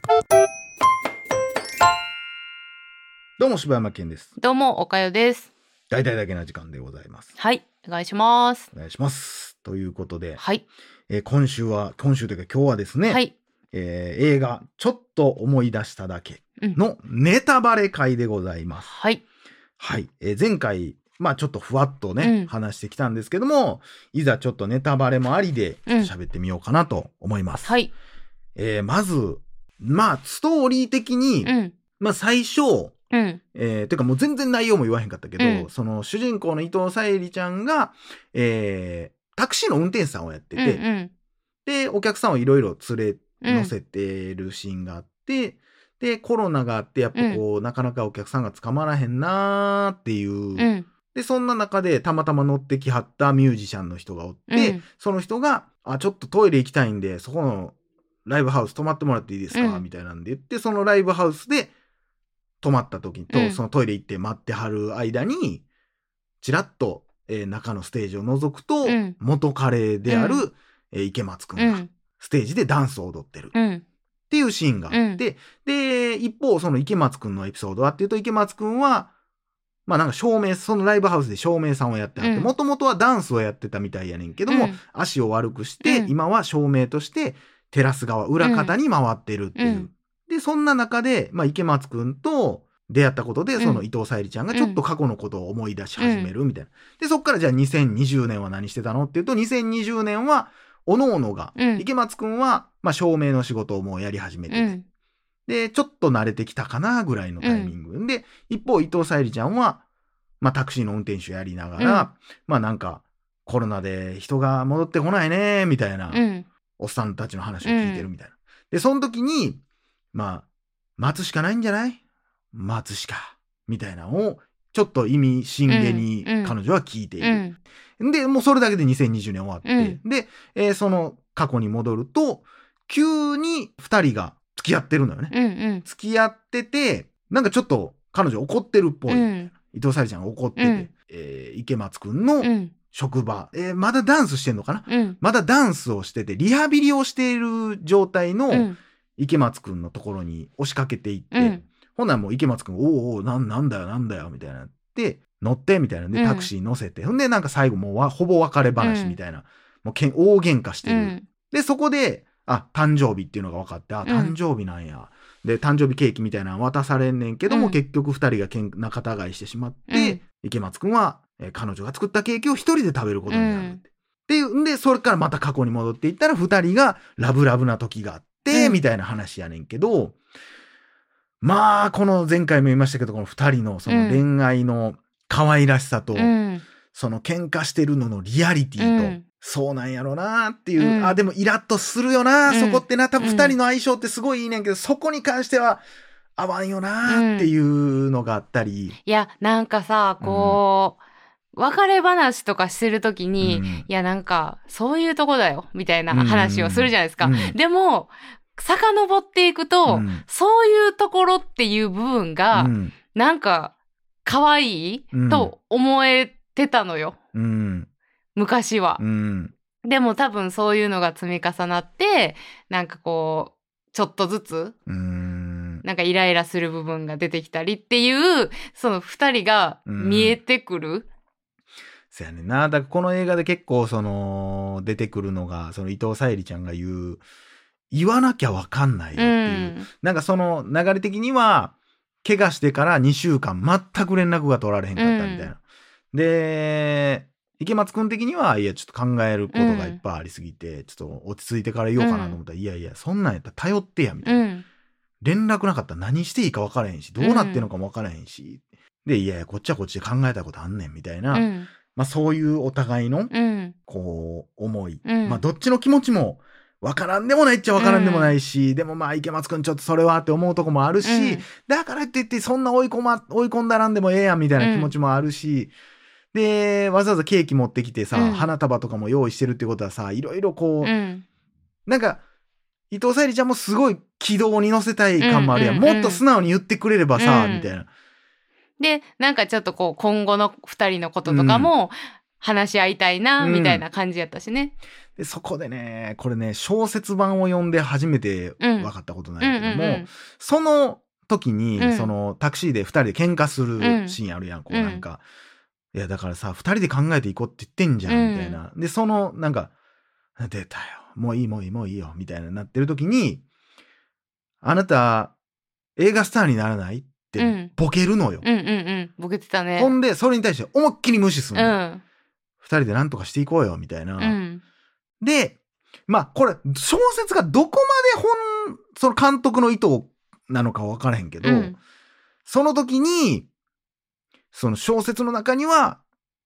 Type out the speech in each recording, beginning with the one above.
どうも柴山健です。 どうもおかよです。 大々だけな時間でございます。 はい、お願いします。 お願いします。ということで、 はい。 今週というか今日はですね、 はい。 映画ちょっと思い出しただけのネタバレ会でございます。 はい。 はい。前回ちょっとふわっとね、話してきたんですけども、いざちょっとネタバレもありでちょっと喋ってみようかなと思います。 はい。 まずストーリー的に、最初てかもう全然内容も言わへんかったけど、その主人公の伊藤沙莉ちゃんが、タクシーの運転手さんをやってて、でお客さんをいろいろ連れ乗せてるシーンがあって、でコロナがあってやっぱこう、なかなかお客さんが捕まらへんなーっていう、でそんな中でたまたま乗ってきはったミュージシャンの人がおって、その人がちょっとトイレ行きたいんでそこのライブハウス泊まってもらっていいですか、みたいなんで言って、そのライブハウスで泊まった時と、そのトイレ行って待ってはる間にちらっと、中のステージを覗くと、元彼である、池松くんがステージでダンスを踊ってるっていうシーンがあって、で一方その池松くんのエピソードはっていうと、池松くんはなんか照明、そのライブハウスで照明さんをやってはって、もともとはダンスをやってたみたいやねんけども、足を悪くして、今は照明としてテラス側裏方に回ってるっていう、でそんな中で、池松くんと出会ったことで、その伊藤沙莉ちゃんがちょっと過去のことを思い出し始めるみたいな。でそっからじゃあ2020年は何してたのっていうと、2020年はおのおのが、池松くんは照明の仕事をもうやり始めてて、でちょっと慣れてきたかなぐらいのタイミング、で一方伊藤沙莉ちゃんはタクシーの運転手やりながら、なんかコロナで人が戻ってこないねみたいな、おっさんたちの話を聞いてるみたいな。でその時に待つしかないんじゃない？待つしかみたいなのをちょっと意味深げに彼女は聞いている。でもうそれだけで2020年終わって、で、その過去に戻ると急に2人が付き合ってるのよね。付き合ってて、なんかちょっと彼女怒ってるっぽい。伊藤沙莉ちゃんが怒ってて、池松くんの職場、まだダンスしてんのかな、まだダンスをしててリハビリをしている状態の池松くんのところに押しかけていって、ほんならもう池松くんおうなんだよみたいなって乗ってみたいなでタクシー乗せて、ほんでなんか最後もうほぼ別れ話みたいな、もう大喧嘩してる、でそこで誕生日っていうのが分かって、誕生日なんや、で誕生日ケーキみたいなの渡されんねんけども、結局2人が仲違いしてしまって、池松くんは、彼女が作ったケーキを一人で食べることになるっていう、でそれからまた過去に戻っていったら2人がラブラブな時があって、みたいな話やねんけど、この前回も言いましたけど、この2人のその恋愛の可愛らしさと、その喧嘩してるののリアリティと、そうなんやろなっていう、でもイラッとするよな、そこってな、多分2人の相性ってすごいいいねんけど、そこに関しては合わんよなっていうのがあったり、 いやなんかさ、こう、別れ話とかしてるときに、いやなんかそういうとこだよみたいな話をするじゃないですか。でも遡っていくと、そういうところっていう部分が、なんか可愛いと思えてたのよ、昔は。でも多分そういうのが積み重なって、なんかこうちょっとずつなんかイライラする部分が出てきたりっていう、その2人が見えてくる。 そうやねんな。だからこの映画で結構その出てくるのが、その伊藤沙莉ちゃんが言わなきゃわかんないよっていう、なんかその流れ的には怪我してから2週間全く連絡が取られへんかったみたいな、で池松くん的にはいやちょっと考えることがいっぱいありすぎて、ちょっと落ち着いてから言おうかなと思ったら、いやそんなんやったら頼ってやみたいな、連絡なかったら何していいか分からへんし、どうなってんのかも分からへんし、でいやこっちはこっちで考えたことあんねんみたいな、そういうお互いのこう思い、どっちの気持ちも分からんでもないっちゃ分からんでもないし、でも池松くんちょっとそれはって思うとこもあるし、だからって言ってそんな追い込んだらんでもええやんみたいな気持ちもあるし、でわざわざケーキ持ってきてさ、花束とかも用意してるってことはさ、いろいろこう、なんか伊藤沙莉ちゃんもすごい軌道に乗せたい感もあるやん、もっと素直に言ってくれればさ、みたいな。 でなんかちょっとこう今後の2人のこととかも、 話し合いたいな、みたいな感じやったしね。 で、そこでね、これね、小説版を読んで初めて分かったことなんやけども、その時に、そのタクシーで2人で喧嘩するシーンあるやん、こうなんか。いや、だからさ、2人で考えていこうって言ってんじゃん、みたいな。で、その、なんか、出たよ。もういいよ、みたいななってる時に、あなた、映画スターにならないってボケるのよ。 ボケてたね。 ほんで、それに対して思いっきり無視するの。2人で何とかしていこうよ、みたいな。で、まあ、これ、小説がどこまでその監督の意図なのか分からへんけど、その時に、その小説の中には、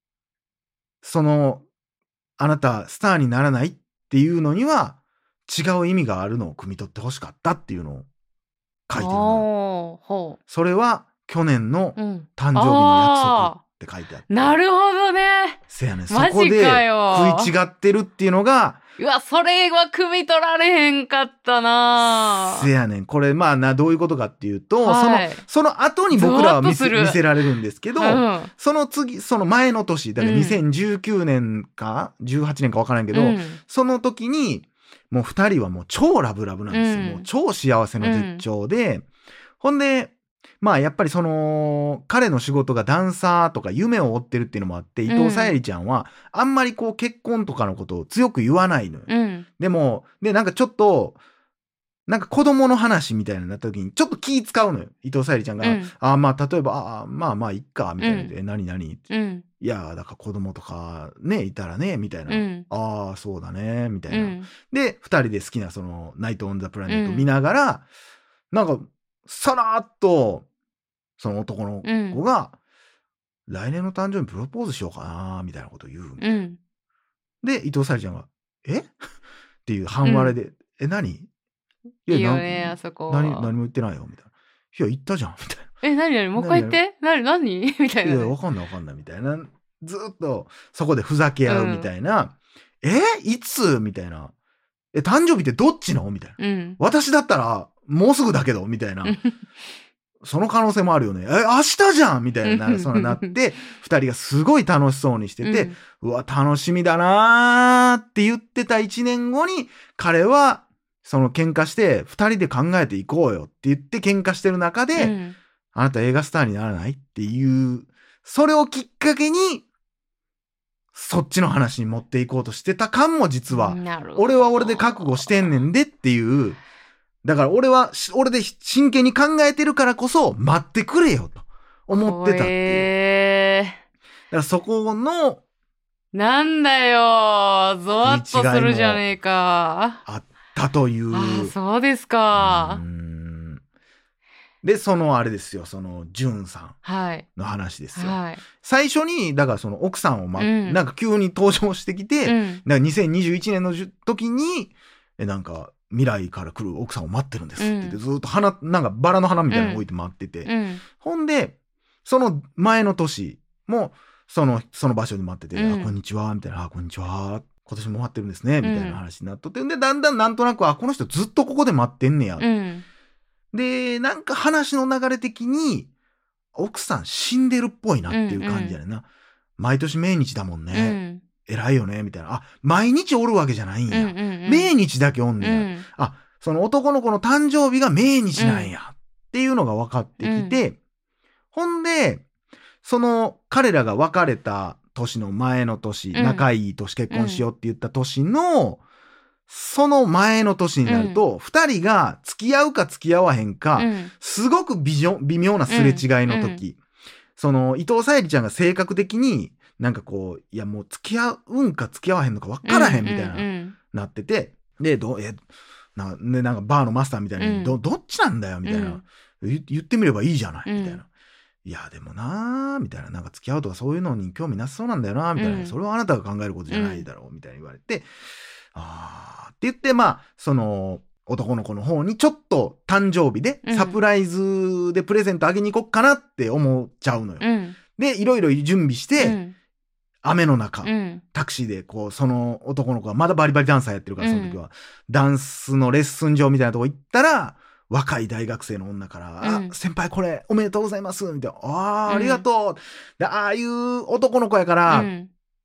あなたスターにならないっていうのには違う意味があるのを汲み取ってほしかったっていうのを書いてるのよ。それは去年の誕生日の約束って書いてあって。 なるほどね。 せやねん。そこで食い違ってるっていうのが、 うわ、それは汲み取られへんかったな。 せやねん。これ、まあどういうことかっていうと、その後に僕らは見せられるんですけど、その次、その前の年、だから2019年か、18年か分からんけど、その時に、もう2人はもう超ラブラブなんですよ。もう超幸せの絶頂で、ほんで、まあやっぱり彼の仕事がダンサーとか夢を追ってるっていうのもあって、伊藤沙莉ちゃんはあんまりこう結婚とかのことを強く言わないのよ。でも、なんかちょっと、なんか子供の話みたいになった時にちょっと気使うのよ。伊藤沙莉ちゃんが、まあ例えば、まあいっか、みたいなで、何いや、だから子供とかね、いたらね、みたいな。ああ、そうだね、みたいな。で、二人で好きなナイト・オン・ザ・プラネット見ながら、なんか、さらっと、その男の子が、来年の誕生日にプロポーズしようかな、みたいなことを言う。で、伊藤沙莉ちゃんが、っていう半笑いで、何いいよね、あそこ。 何も言ってないよ、みたいな。いや、言ったじゃん、みたいな。 何もう一回言って何みたいな。 いや、わかんない、みたいな。ずっと、そこでふざけ合うみたいな。いつみたいな。誕生日ってどっちのみたいな。私だったら、もうすぐだけど、みたいな。その可能性もあるよね。明日じゃんみたいな、なって、二人がすごい楽しそうにしてて、うわ、楽しみだなーって言ってた1年後に、彼は、喧嘩して、二人で考えていこうよって言って喧嘩してる中で、あなた映画スターにならないっていう、それをきっかけに、そっちの話に持っていこうとしてた感も実は、俺は俺で覚悟してんねんでっていう、だから俺で真剣に考えてるからこそ待ってくれよと思ってたっていう。だからそこの、 なんだよ、ゾワッとするじゃねえか。 あったという。 そうですか。 で、あれですよ、ジュンさんの話ですよ。最初に、だから奥さんをなんか急に登場してきて、だから2021年の時に、なんか、未来から来る奥さんを待ってるんですって言って、ずっとなんかバラの花みたいなの置いて待ってて。ほんで、その前の年も、その場所に待ってて、こんにちは、みたいな、こんにちは、今年も待ってるんですね、みたいな話になっとって、で、だんだんなんとなく、この人ずっとここで待ってんねや。で、なんか話の流れ的に、奥さん死んでるっぽいなっていう感じやねんな。毎年命日だもんね。偉いよねみたいな。毎日おるわけじゃないんや。命日だけおんねや。その男の子の誕生日が命日なんや。っていうのが分かってきて、ほんで、彼らが別れた年の前の年、仲いい年、結婚しようって言った年の、その前の年になると、二人が付き合うか付き合わへんか、すごく微妙なすれ違いの時、伊藤沙莉ちゃんが性格的に、なんかこう、いやもう付き合うんか付き合わへんのか分からへんみたいな、なってて、で、なんかバーのマスターみたいに、どっちなんだよみたいな、言ってみればいいじゃないみたいな。いや、でもなーみたいな、なんか付き合うとかそういうのに興味なさそうなんだよなみたいな、それはあなたが考えることじゃないだろうみたいに言われて、って言って、まあ、男の子の方にちょっと誕生日でサプライズでプレゼントあげに行こっかなって思っちゃうのよ。で、いろいろ準備して、雨の中、タクシーでこう、その男の子がまだバリバリダンサーやってるから、その時は、ダンスのレッスン場みたいなとこ行ったら、若い大学生の女から、先輩これおめでとうございますみたいな、ありがとう。で、ああいう男の子やから、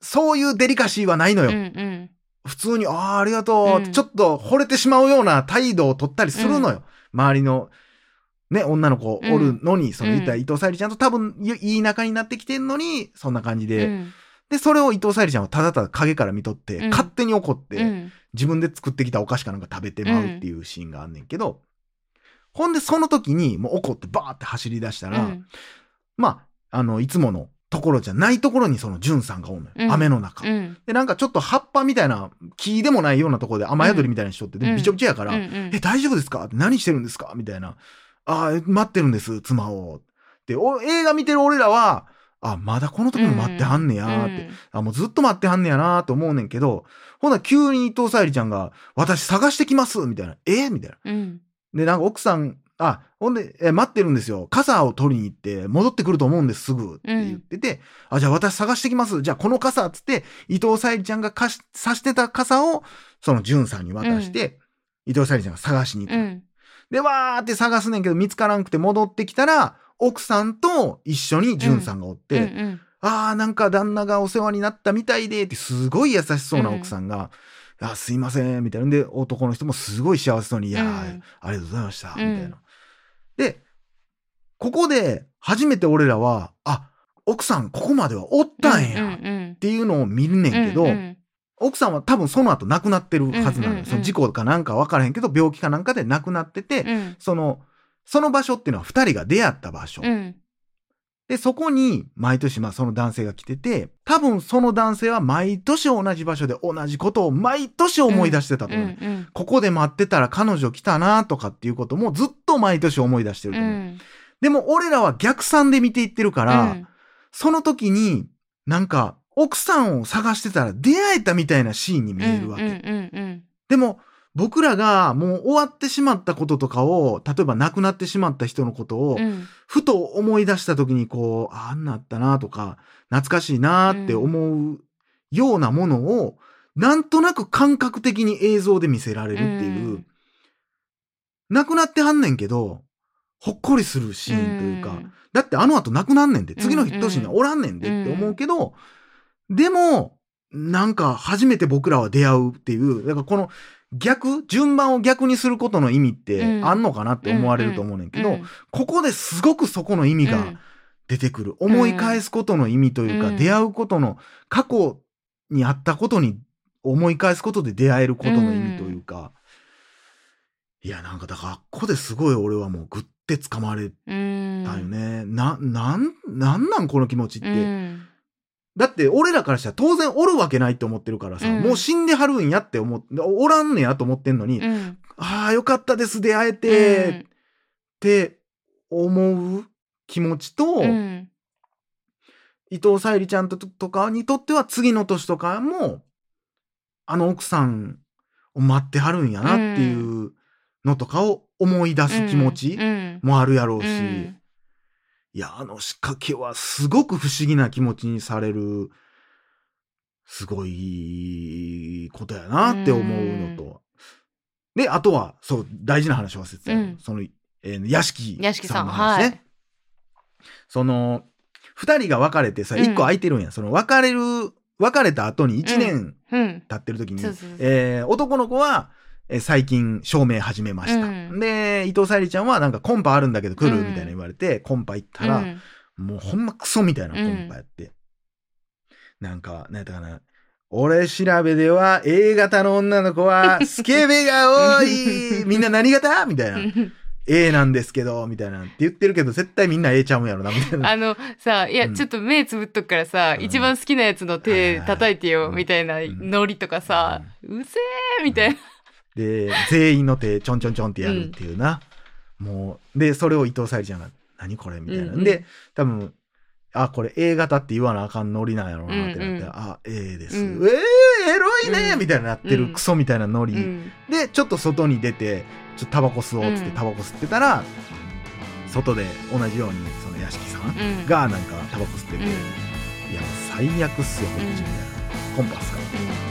そういうデリカシーはないのよ。普通に、ありがとうって、ちょっと惚れてしまうような態度を取ったりするのよ。周りの、ね、女の子おるのに、その言ったら伊藤沙莉ちゃんと多分いい仲になってきてんのに、そんな感じで。で、それを伊藤沙莉ちゃんはただただ影から見とって、勝手に怒って、自分で作ってきたお菓子かなんか食べてまうっていうシーンがあんねんけど、ほんでその時にもう怒ってバーって走り出したら、まあ、いつものところじゃないところにそのジュンさんがおんのよ。雨の中。で、なんかちょっと葉っぱみたいな、木でもないようなところで雨宿りみたいにしとって、で、びちょびちょやから、大丈夫ですか何してるんですかみたいな。待ってるんです、妻を。で、映画見てる俺らは、まだこの時も待ってはんねやーって。もうずっと待ってはんねやなーと思うねんけど、ほな急に伊藤沙莉ちゃんが、私探してきますみたいな。みたいな。で、なんか奥さん、ほんで、待ってるんですよ。傘を取りに行って戻ってくると思うんです、すぐ。って言ってて、じゃあ私探してきます。じゃあこの傘っつって、伊藤沙莉ちゃんが差してた傘を、そのジュンさんに渡して、伊藤沙莉ちゃんが探しに行く。で、わーって探すねんけど見つからんくて戻ってきたら、奥さんと一緒にジュンさんがおって、なんか旦那がお世話になったみたいで、ってすごい優しそうな奥さんが、すいません、みたいな。で、男の人もすごい幸せそうに、ありがとうございました、みたいな。で、ここで初めて俺らは、奥さんここまではおったんや、っていうのを見るねんけど、奥さんは多分その後亡くなってるはずなのよ。その事故かなんか分からへんけど、病気かなんかで亡くなってて、その場所っていうのは二人が出会った場所。で、そこに毎年その男性が来てて、多分その男性は毎年同じ場所で同じことを毎年思い出してたと思う。ここで待ってたら彼女来たなとかっていうこともずっと毎年思い出してると思う。でも俺らは逆算で見ていってるから、その時になんか奥さんを探してたら出会えたみたいなシーンに見えるわけ。でも僕らがもう終わってしまったこととかを、例えば亡くなってしまった人のことを、ふと思い出した時にこう、あんなあったなとか、懐かしいなって思うようなものを、なんとなく感覚的に映像で見せられるっていう、亡くなってはんねんけど、ほっこりするシーンというか、だってあの後亡くなんねんで、次の日年にはおらんねんでって思うけど、でも、なんか初めて僕らは出会うっていう、だからこの順番を逆にすることの意味ってあんのかなって思われると思うねんけど、ここですごくそこの意味が出てくる。思い返すことの意味というか、出会うことの、過去にあったことに思い返すことで出会えることの意味というか、いや、なんかだからここですごい俺はもうぐって掴まれたよね。なんこの気持ちって。だって俺らからしたら当然おるわけないって思ってるからさ、もう死んではるんやって思って、おらんねやと思ってんのに、よかったです、出会えて、って思う気持ちと、伊藤沙莉ちゃんとかにとっては次の年とかも、あの奥さんを待ってはるんやなっていうのとかを思い出す気持ちもあるやろうし、いや、仕掛けはすごく不思議な気持ちにされる、すごいことやなって思うのと。で、あとは、そう、大事な話を忘れてたよ。その、屋敷さんの話ね。その、二人が別れてさ、一個空いてるんや。その、別れた後に1年経ってる時に、男の子は、最近証明始めました。で、伊藤沙莉ちゃんはなんかコンパあるんだけど来るみたいな言われて、コンパ行ったら、もうほんまクソみたいなコンパやって。なんか、なんやったかな。俺調べでは A 型の女の子はスケベが多いみんな何型みたいな。A なんですけど、みたいなって言ってるけど、絶対みんな A ちゃうんやろな、みたいな。 さ、いや、ちょっと目つぶっとくからさ、一番好きなやつの手叩いてよ、みたいなノリとかさ、うせーみたいな。 で、全員の手ちょんちょんちょんってやるっていうな。もう、で、それを伊藤沙莉ちゃんが、何これみたいな。で、多分、これ A 型って言わなあかんノリなんやろうなってなって、A です。エロいねみたいになってるクソみたいなノリ。で、ちょっと外に出て、ちょっとタバコ吸おうっつってタバコ吸ってたら、外で同じように、その屋敷さんがなんかタバコ吸ってて、いや、もう最悪っすよ、こっちみたいな。コンパスか。